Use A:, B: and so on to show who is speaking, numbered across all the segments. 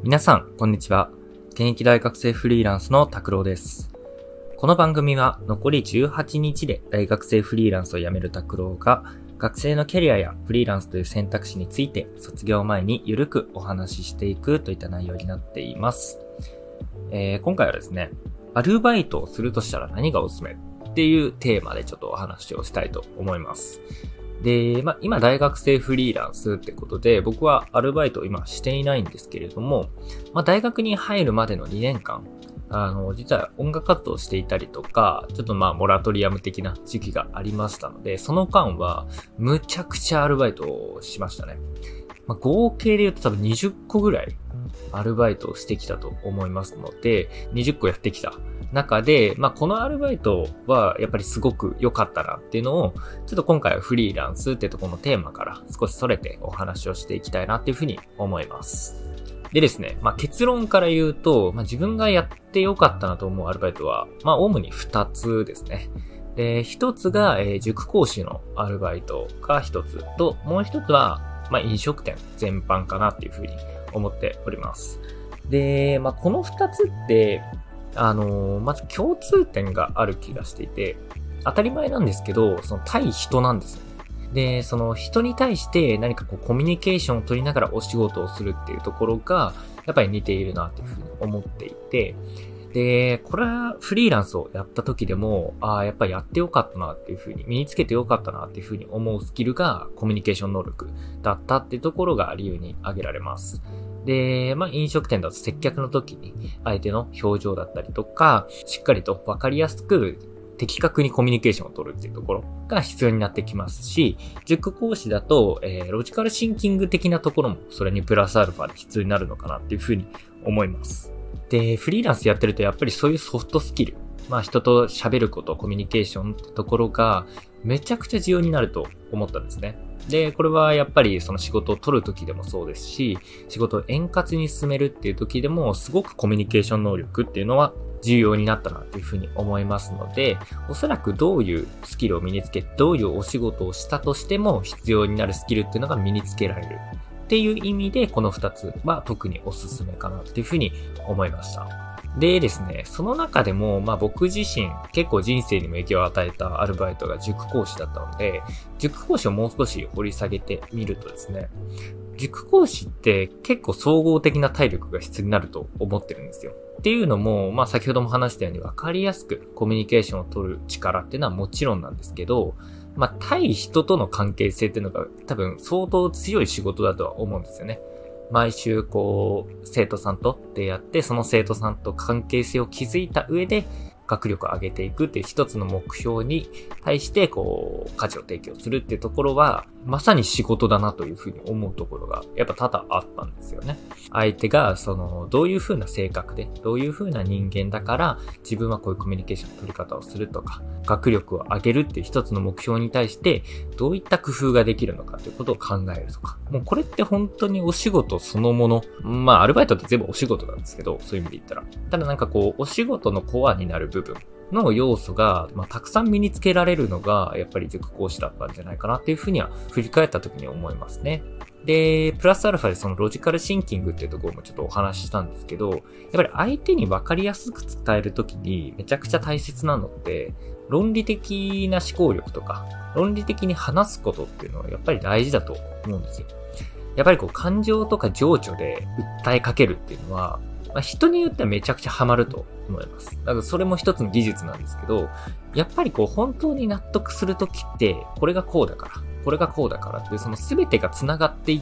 A: 皆さん、こんにちは。現役大学生フリーランスの拓郎です。この番組は残り18日で大学生フリーランスを辞める拓郎が学生のキャリアやフリーランスという選択肢について卒業前にゆるくお話ししていくといった内容になっています。今回はですね、アルバイトをするとしたら何がおすすめっていうテーマでちょっとお話をしたいと思います。で、今大学生フリーランスってことで、僕はアルバイトを今していないんですけれども、大学に入るまでの2年間、実は音楽活動をしていたりとか、ちょっとモラトリアム的な時期がありましたので、その間は、むちゃくちゃアルバイトをしましたね。合計で言うと多分20個ぐらいアルバイトをしてきたと思いますので、20個やってきた中で、このアルバイトはやっぱりすごく良かったなっていうのを、ちょっと今回はフリーランスってところのテーマから少しそれてお話をしていきたいなっていうふうに思います。でですね、結論から言うと、自分がやって良かったなと思うアルバイトは、主に2つですね。で、1つが、塾講師のアルバイトが1つと、もう1つは、飲食店全般かなっていうふうに思っております。で、この2つって、まず共通点がある気がしていて、当たり前なんですけど、その対人なんですよ。で、その人に対して何かコミュニケーションを取りながらお仕事をするっていうところが、やっぱり似ているなっていうふうに思っていて、で、これはフリーランスをやった時でも、やっぱりやってよかったなっていうふうに、身につけてよかったなっていうふうに思うスキルがコミュニケーション能力だったっていうところが理由に挙げられます。で、飲食店だと接客の時に相手の表情だったりとか、しっかりとわかりやすく的確にコミュニケーションを取るっていうところが必要になってきますし、塾講師だと、ロジカルシンキング的なところもそれにプラスアルファで必要になるのかなっていうふうに思います。で、フリーランスやってるとやっぱりそういうソフトスキル、人と喋ること、コミュニケーションってところがめちゃくちゃ重要になると思ったんですね。で、これはやっぱりその仕事を取るときでもそうですし、仕事を円滑に進めるっていうときでもすごくコミュニケーション能力っていうのは重要になったなというふうに思いますので、おそらくどういうスキルを身につけ、どういうお仕事をしたとしても必要になるスキルっていうのが身につけられるっていう意味で、この2つは特におすすめかなというふうに思いました。でですね、その中でも、僕自身結構人生にも影響を与えたアルバイトが塾講師だったので、塾講師をもう少し掘り下げてみるとですね、塾講師って結構総合的な体力が必要になると思ってるんですよ。っていうのも、先ほども話したように分かりやすくコミュニケーションを取る力っていうのはもちろんなんですけど、対人との関係性っていうのが多分相当強い仕事だとは思うんですよね。毎週生徒さんと出会って、その生徒さんと関係性を築いた上で、学力を上げていくっていう一つの目標に対して価値を提供するっていうところはまさに仕事だなというふうに思うところがやっぱ多々あったんですよね。相手がどういうふうな性格でどういうふうな人間だから自分はこういうコミュニケーションの取り方をするとか、学力を上げるっていう一つの目標に対してどういった工夫ができるのかということを考えるとか、もうこれって本当にお仕事そのもの、アルバイトって全部お仕事なんですけど、そういう意味で言ったら、ただお仕事のコアになる部分の要素が、たくさん身につけられるのがやっぱり塾講師だったんじゃないかなっていうふうには振り返った時に思いますね。で、プラスアルファでそのロジカルシンキングっていうところもちょっとお話ししたんですけど、やっぱり相手に分かりやすく伝える時にめちゃくちゃ大切なのって論理的な思考力とか論理的に話すことっていうのはやっぱり大事だと思うんですよ。やっぱり感情とか情緒で訴えかけるっていうのは人によってはめちゃくちゃハマると思います。だからそれも一つの技術なんですけど、やっぱり本当に納得するときって、これがこうだから、これがこうだからってその全てが繋がっていって、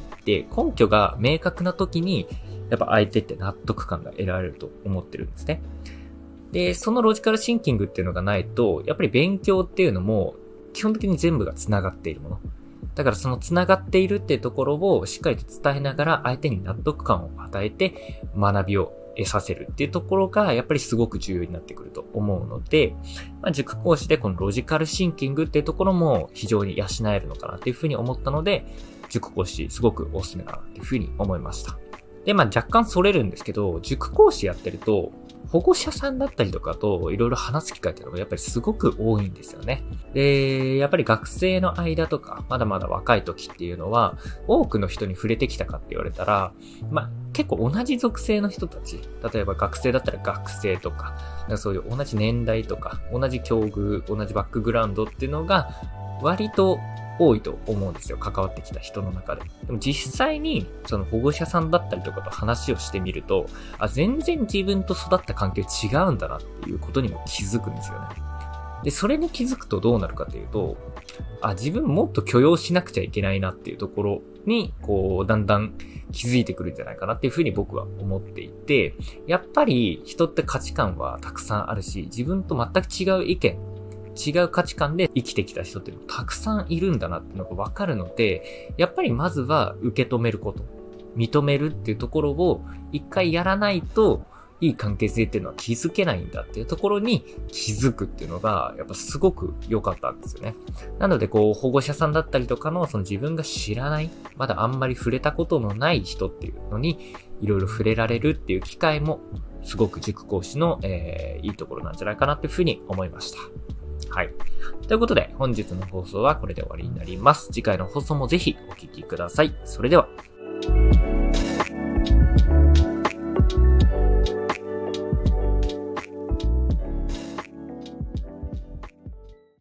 A: 根拠が明確なときに、やっぱ相手って納得感が得られると思ってるんですね。で、そのロジカルシンキングっていうのがないと、やっぱり勉強っていうのも、基本的に全部が繋がっているもの。だからその繋がっているっていうところをしっかりと伝えながら相手に納得感を与えて学びを得させるっていうところがやっぱりすごく重要になってくると思うので、塾講師でこのロジカルシンキングっていうところも非常に養えるのかなっていうふうに思ったので、塾講師すごくおすすめだなっていうふうに思いました。で、若干それるんですけど、塾講師やってると保護者さんだったりとかといろいろ話す機会っていうのがやっぱりすごく多いんですよね。で、やっぱり学生の間とか、まだまだ若い時っていうのは、多くの人に触れてきたかって言われたら、結構同じ属性の人たち、例えば学生だったら学生とか、そういう同じ年代とか、同じ境遇、同じバックグラウンドっていうのが、割と多いと思うんですよ。関わってきた人の中で。でも実際に、その保護者さんだったりとかと話をしてみると、全然自分と育った環境違うんだなっていうことにも気づくんですよね。で、それに気づくとどうなるかというと、自分もっと許容しなくちゃいけないなっていうところに、だんだん気づいてくるんじゃないかなっていうふうに僕は思っていて、やっぱり人って価値観はたくさんあるし、自分と全く違う意見、違う価値観で生きてきた人っていうのもたくさんいるんだなっていうのがわかるので、やっぱりまずは受け止めること、認めるっていうところを一回やらないと、いい関係性っていうのは気づけないんだっていうところに気づくっていうのが、やっぱすごく良かったんですよね。なので保護者さんだったりとかのその自分が知らない、まだあんまり触れたことのない人っていうのに、いろいろ触れられるっていう機会も、すごく塾講師の、いいところなんじゃないかなっていうふうに思いました。はい。ということで、本日の放送はこれで終わりになります。次回の放送もぜひお聞きください。それでは。